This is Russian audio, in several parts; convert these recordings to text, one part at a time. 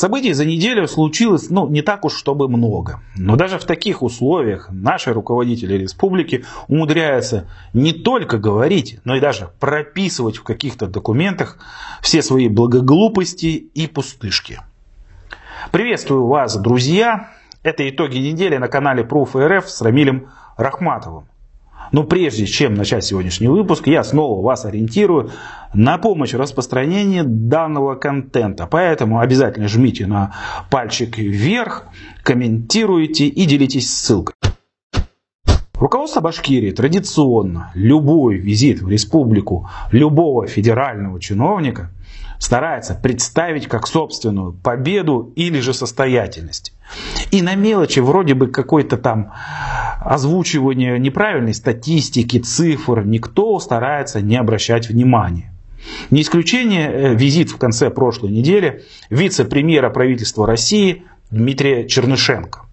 Событий за неделю случилось, не так уж чтобы много. Но даже в таких условиях наши руководители республики умудряются не только говорить, но и даже прописывать в каких-то документах все свои благоглупости и пустышки. Приветствую вас, друзья! Это итоги недели на канале Proof.rf с Рамилем Рахматовым. Но прежде чем начать сегодняшний выпуск, я снова вас ориентирую на помощь в распространении данного контента. Поэтому обязательно жмите на пальчик вверх, комментируйте и делитесь ссылкой. Руководство Башкирии традиционно любой визит в республику любого федерального чиновника старается представить как собственную победу или же состоятельность. И на мелочи вроде бы какой-то там озвучивания неправильной статистики, цифр никто старается не обращать внимания. Не исключение визит в конце прошлой недели вице-премьера правительства России Дмитрия Чернышенко.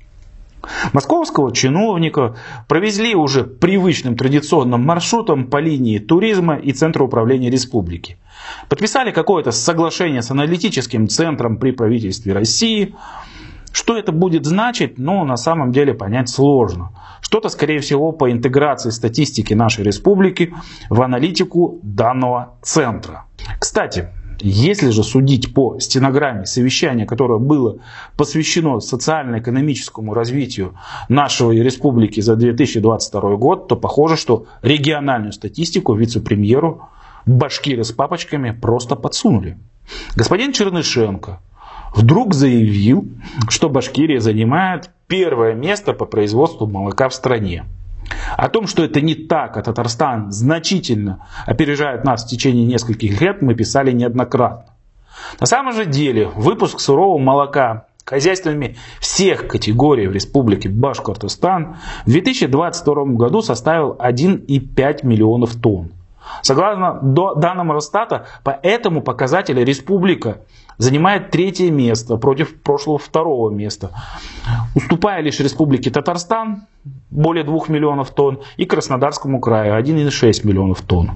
Московского чиновника провезли уже привычным традиционным маршрутом по линии туризма и Центра управления республики. Подписали какое-то соглашение с аналитическим центром при правительстве России. Что это будет значить, на самом деле понять сложно. Что-то, скорее всего, по интеграции статистики нашей республики в аналитику данного центра. Кстати, если же судить по стенограмме совещания, которое было посвящено социально-экономическому развитию нашей республики за 2022 год, то похоже, что региональную статистику вице-премьеру башкиры с папочками просто подсунули. Господин Чернышенко вдруг заявил, что Башкирия занимает первое место по производству молока в стране. О том, что это не так, а Татарстан значительно опережает нас в течение нескольких лет, мы писали неоднократно. На самом же деле выпуск сырого молока хозяйствами всех категорий в республике Башкортостан в 2022 году составил 1,5 миллионов тонн. Согласно данным Росстата, по этому показателю республика занимает третье место против прошлого второго места, уступая лишь республике Татарстан более 2 миллионов тонн и Краснодарскому краю 1,6 миллионов тонн.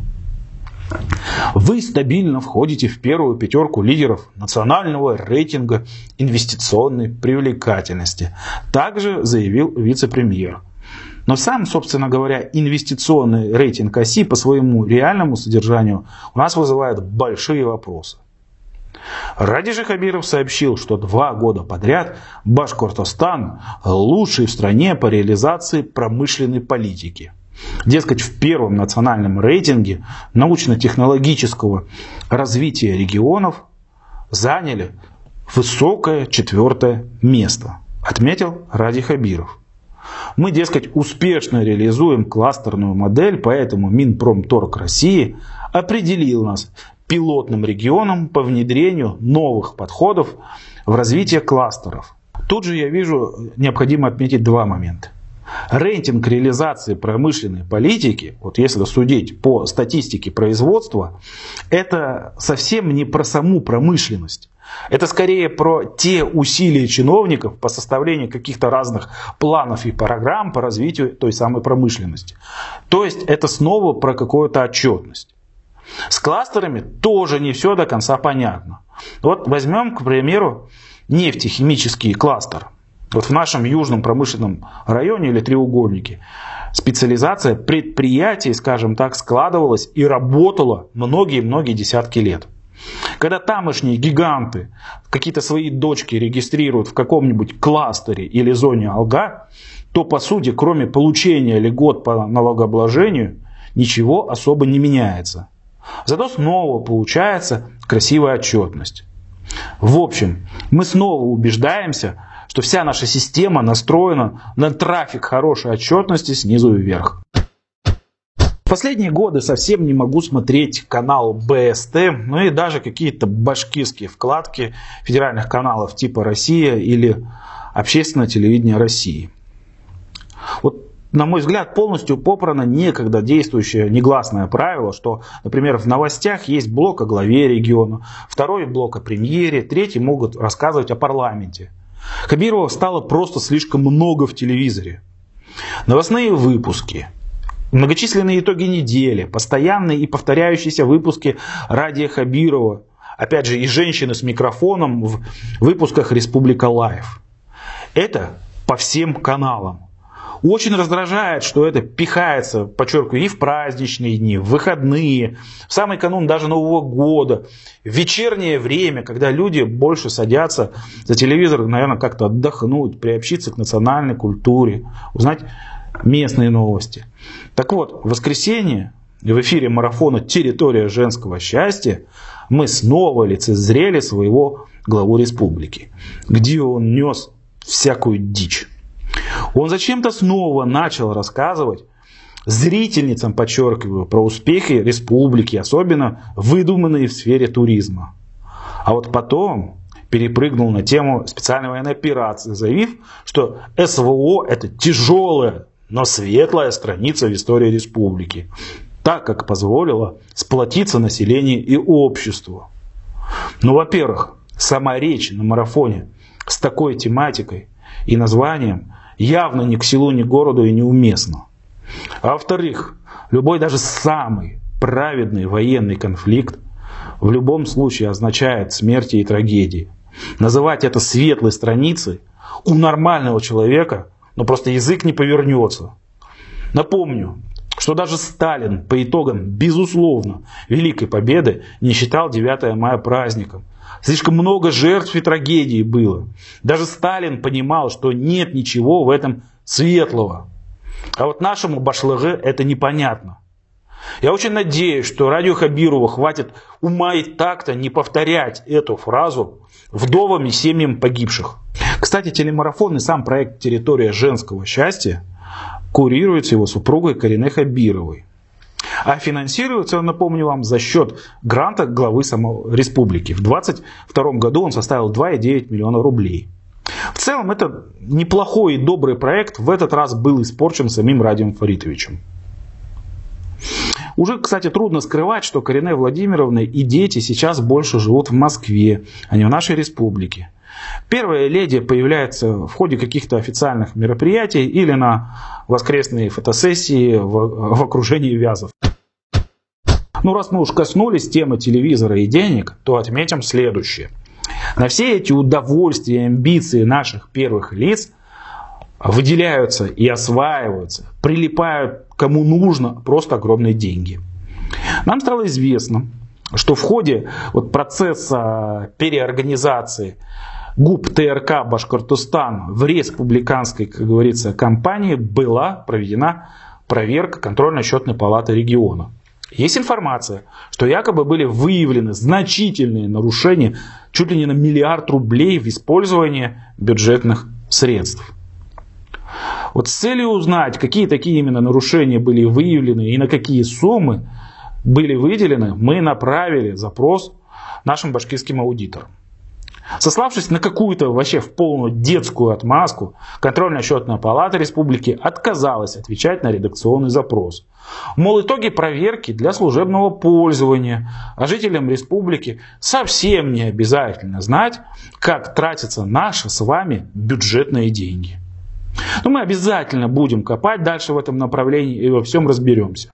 Вы стабильно входите в первую пятерку лидеров национального рейтинга инвестиционной привлекательности, также заявил вице-премьер. Но сам, собственно говоря, инвестиционный рейтинг оси по своему реальному содержанию у нас вызывает большие вопросы. Ради Хабиров сообщил, что 2 года подряд Башкортостан лучший в стране по реализации промышленной политики. Дескать, в первом национальном рейтинге научно-технологического развития регионов заняли высокое 4-е место, отметил Ради Хабиров. Мы, дескать, успешно реализуем кластерную модель, поэтому Минпромторг России определил нас пилотным регионом по внедрению новых подходов в развитие кластеров. Тут же я вижу необходимо отметить 2 момента. Рейтинг реализации промышленной политики, если судить по статистике производства, это совсем не про саму промышленность. Это скорее про те усилия чиновников по составлению каких-то разных планов и программ по развитию той самой промышленности. То есть это снова про какую-то отчетность. С кластерами тоже не все до конца понятно. Возьмем, к примеру, нефтехимический кластер. В нашем южном промышленном районе или треугольнике специализация предприятий, скажем так, складывалась и работала многие-многие десятки лет. Когда тамошние гиганты какие-то свои дочки регистрируют в каком-нибудь кластере или зоне Алга, то по сути, кроме получения льгот по налогообложению, ничего особо не меняется. Зато снова получается красивая отчетность. В общем, мы снова убеждаемся, что вся наша система настроена на трафик хорошей отчетности снизу вверх. В последние годы совсем не могу смотреть канал БСТ, и даже какие-то башкирские вкладки федеральных каналов типа «Россия» или «Общественное телевидение России». На мой взгляд, полностью попрано некогда действующее негласное правило, что, например, в новостях есть блок о главе региона, 2-й блок о премьере, 3-й могут рассказывать о парламенте. Хабирова стало просто слишком много в телевизоре. Новостные выпуски, многочисленные итоги недели, постоянные и повторяющиеся выпуски Радия Хабирова опять же, и женщины с микрофоном в выпусках «Республика Лайв». Это по всем каналам. Очень раздражает, что это пихается, подчеркиваю, и в праздничные дни, в выходные, в самый канун даже Нового года, в вечернее время, когда люди больше садятся за телевизор, наверное, как-то отдохнуть, приобщиться к национальной культуре, узнать местные новости. Так вот, в воскресенье в эфире марафона «Территория женского счастья» мы снова лицезрели своего главу республики, где он нес всякую дичь. Он зачем-то снова начал рассказывать зрительницам, подчеркиваю, про успехи республики, особенно выдуманные в сфере туризма. А вот потом перепрыгнул на тему специальной военной операции, заявив, что СВО – это тяжелая, но светлая страница в истории республики, так как позволила сплотиться населению и обществу. Ну, во-первых, сама речь на марафоне с такой тематикой и названием явно ни к селу, ни к городу и неуместно. А во-вторых, любой даже самый праведный военный конфликт в любом случае означает смерти и трагедии. Называть это светлой страницей у нормального человека, но просто язык не повернется. Напомню, что даже Сталин по итогам, безусловно, Великой Победы не считал 9 мая праздником. Слишком много жертв и трагедий было. Даже Сталин понимал, что нет ничего в этом светлого. А вот нашему башлаге это непонятно. Я очень надеюсь, что радио Хабирова хватит ума и такта не повторять эту фразу вдовам и семьям погибших. Кстати, телемарафон и сам проект «Территория женского счастья» курируется его супругой Карине Хабировой. А финансируется он, напомню вам, за счет гранта главы самой республики. В 2022 году он составил 2,9 миллиона рублей. В целом, это неплохой и добрый проект в этот раз был испорчен самим Радием Фаритовичем. Уже, кстати, трудно скрывать, что Карине Владимировна и дети сейчас больше живут в Москве, а не в нашей республике. Первая леди появляется в ходе каких-то официальных мероприятий или на воскресные фотосессии в окружении вязов. Ну, раз мы уж коснулись темы телевизора и денег, то отметим следующее. На все эти удовольствия и амбиции наших первых лиц выделяются и осваиваются, прилипают кому нужно просто огромные деньги. Нам стало известно, что в ходе процесса переорганизации ГУП ТРК Башкортостан в республиканской, как говорится, компании была проведена проверка контрольно-счетной палаты региона. Есть информация, что якобы были выявлены значительные нарушения чуть ли не на 1 миллиард рублей в использовании бюджетных средств. Вот с целью узнать, какие такие именно нарушения были выявлены и на какие суммы были выделены, мы направили запрос нашим башкирским аудиторам. Сославшись на какую-то вообще в полную детскую отмазку, контрольно-счетная палата республики отказалась отвечать на редакционный запрос. Мол, итоги проверки для служебного пользования, а жителям республики совсем не обязательно знать, как тратятся наши с вами бюджетные деньги. Но мы обязательно будем копать дальше в этом направлении и во всем разберемся.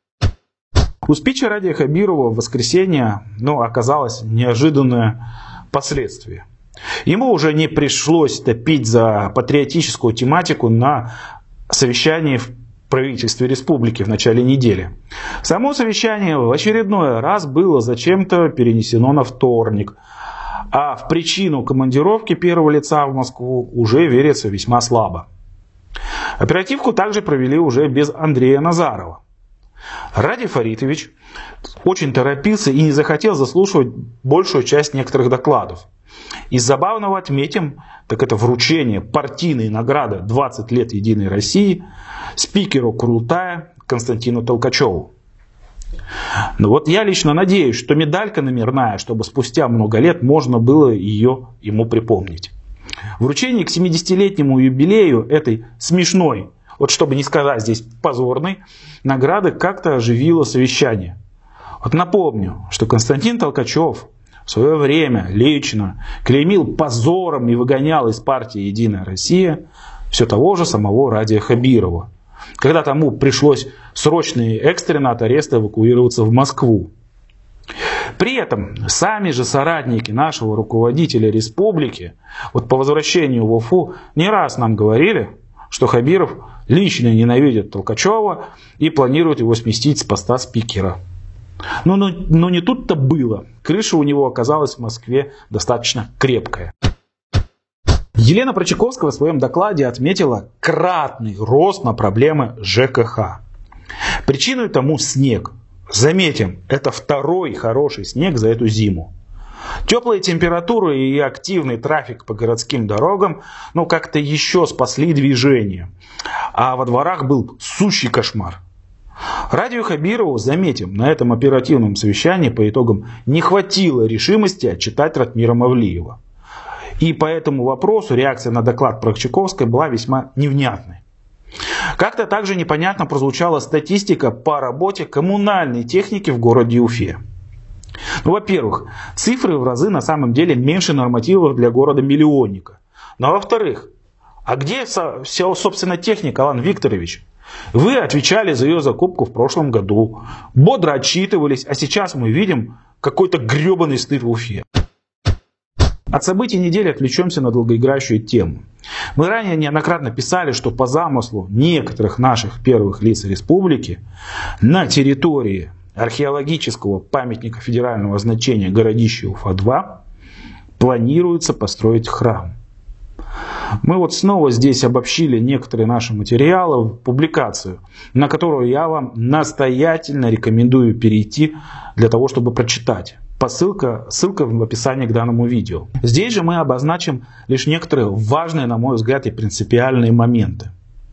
У спича Радия Хабирова в воскресенье оказалось неожиданное последствие. Ему уже не пришлось топить за патриотическую тематику на совещании в правительстве республики в начале недели. Само совещание в очередной раз было зачем-то перенесено на вторник, а в причину командировки первого лица в Москву уже верится весьма слабо. Оперативку также провели уже без Андрея Назарова. Радий Фаритович очень торопился и не захотел заслушивать большую часть некоторых докладов. Из забавного отметим, так это вручение партийной награды «20 лет Единой России» спикеру Курултая Константину Толкачеву. Но вот я лично надеюсь, что медалька номерная, чтобы спустя много лет можно было ее ему припомнить. Вручение к 70-летнему юбилею этой смешной, чтобы не сказать здесь позорной, награды как-то оживило совещание. Напомню, что Константин Толкачев в свое время лично клеймил позором и выгонял из партии «Единая Россия» все того же самого Радия Хабирова, когда тому пришлось срочно и экстренно от ареста эвакуироваться в Москву. При этом сами же соратники нашего руководителя республики вот по возвращению в Уфу не раз нам говорили, что Хабиров лично ненавидит Толкачева и планирует его сместить с поста спикера. Но не тут-то было. Крыша у него оказалась в Москве достаточно крепкая. Елена Прочаковская в своем докладе отметила кратный рост на проблемы ЖКХ. Причиной тому снег. Заметим, это второй хороший снег за эту зиму. Теплые температуры и активный трафик по городским дорогам как-то еще спасли движение. А во дворах был сущий кошмар. Радио Хабирову, заметим, на этом оперативном совещании по итогам не хватило решимости отчитать Ратмира Мавлиева. И по этому вопросу реакция на доклад Прочаковской была весьма невнятной. Как-то также непонятно прозвучала статистика по работе коммунальной техники в городе Уфе. Во-первых, цифры в разы на самом деле меньше нормативов для города-миллионника. Но во-вторых, а где вся, собственно, техника, Алан Викторович? Вы отвечали за ее закупку в прошлом году, бодро отчитывались, а сейчас мы видим какой-то гребаный стыд в Уфе. От событий недели отвлечемся на долгоиграющую тему. Мы ранее неоднократно писали, что по замыслу некоторых наших первых лиц республики на территории археологического памятника федерального значения городища Уфа-2 планируется построить храм. Мы снова здесь обобщили некоторые наши материалы в публикацию, на которую я вам настоятельно рекомендую перейти для того, чтобы прочитать. Ссылка в описании к данному видео. Здесь же мы обозначим лишь некоторые важные, на мой взгляд, и принципиальные моменты.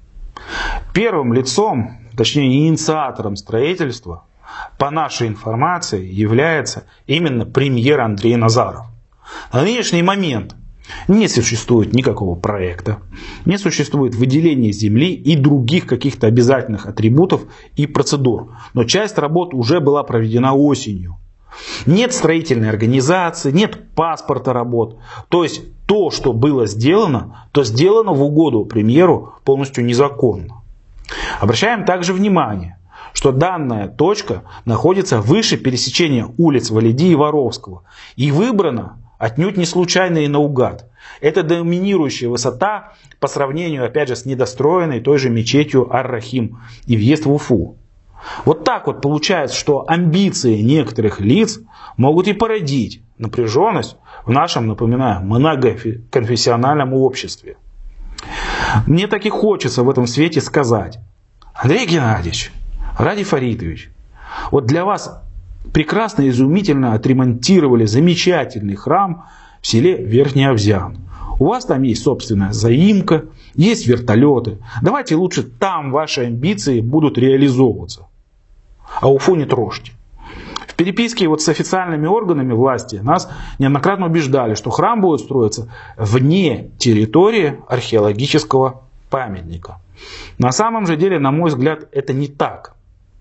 Первым лицом, точнее инициатором строительства, по нашей информации, является именно премьер Андрей Назаров. На нынешний момент не существует никакого проекта, не существует выделения земли и других каких-то обязательных атрибутов и процедур. Но часть работ уже была проведена осенью. Нет строительной организации, нет паспорта работ. То есть то, что было сделано, то сделано в угоду премьеру полностью незаконно. Обращаем также внимание, что данная точка находится выше пересечения улиц Валиди и Воровского. И выбрана отнюдь не случайно и наугад. Это доминирующая высота по сравнению, опять же, с недостроенной той же мечетью Ар-Рахим и въезд в Уфу. Вот так вот получается, что амбиции некоторых лиц могут и породить напряженность в нашем, напоминаю, многоконфессиональном обществе. Мне так и хочется в этом свете сказать: Андрей Геннадьевич, Ради Фаритович, вот для вас прекрасно и изумительно отремонтировали замечательный храм в селе Верхний Овзян. У вас там есть собственная заимка, есть вертолеты. Давайте лучше там ваши амбиции будут реализовываться. А Уфу не трожьте. В переписке с официальными органами власти нас неоднократно убеждали, что храм будет строиться вне территории археологического памятника. На самом же деле, на мой взгляд, это не так.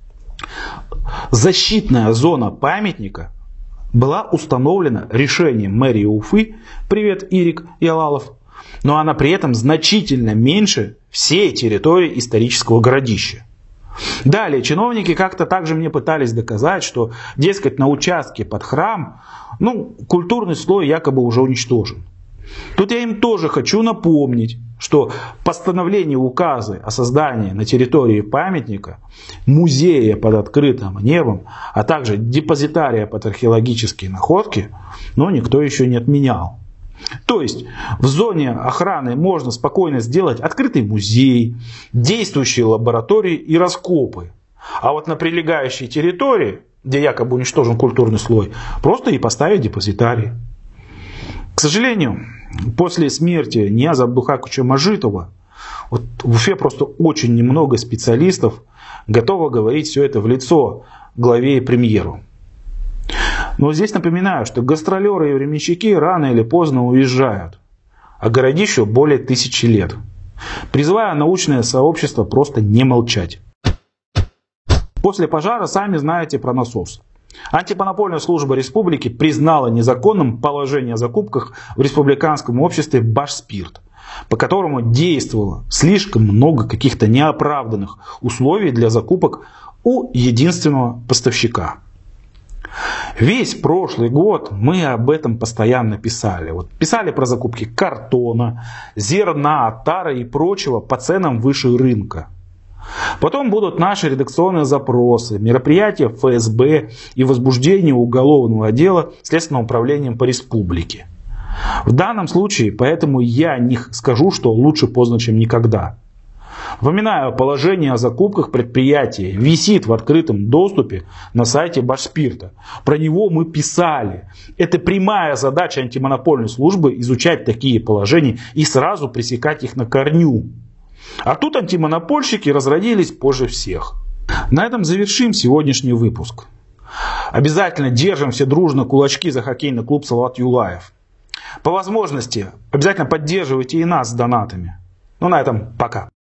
Защитная зона памятника была установлена решением мэрии Уфы, привет, Ирик Ялалов, но она при этом значительно меньше всей территории исторического городища. Далее, чиновники как-то также мне пытались доказать, что, дескать, на участке под храм, культурный слой якобы уже уничтожен. Тут я им тоже хочу напомнить, что постановление указа о создании на территории памятника музея под открытым небом, а также депозитария под археологические находки, никто еще не отменял. То есть в зоне охраны можно спокойно сделать открытый музей, действующие лаборатории и раскопы. А вот на прилегающей территории, где якобы уничтожен культурный слой, просто и поставить депозитарий. К сожалению, после смерти Нияза Абдухаковича Мажитова в Уфе просто очень немного специалистов готовы говорить все это в лицо главе и премьеру. Но здесь напоминаю, что гастролеры и временщики рано или поздно уезжают, а городищу более 1000 лет. Призываю научное сообщество просто не молчать. После пожара сами знаете про насос. Антимонопольная служба республики признала незаконным положение о закупках в республиканском обществе Башспирт, по которому действовало слишком много каких-то неоправданных условий для закупок у единственного поставщика. Весь прошлый год мы об этом постоянно писали. Вот писали про закупки картона, зерна, тары и прочего по ценам выше рынка. Потом будут наши редакционные запросы, мероприятия ФСБ и возбуждение уголовного дела Следственным управлением по республике. В данном случае, поэтому я не скажу, что лучше поздно, чем никогда. Напоминаю, положение о закупках предприятий висит в открытом доступе на сайте Башспирта. Про него мы писали. Это прямая задача антимонопольной службы изучать такие положения и сразу пресекать их на корню. А тут антимонопольщики разродились позже всех. На этом завершим сегодняшний выпуск. Обязательно держим все дружно кулачки за хоккейный клуб Салават Юлаев. По возможности обязательно поддерживайте и нас с донатами. Ну на этом пока.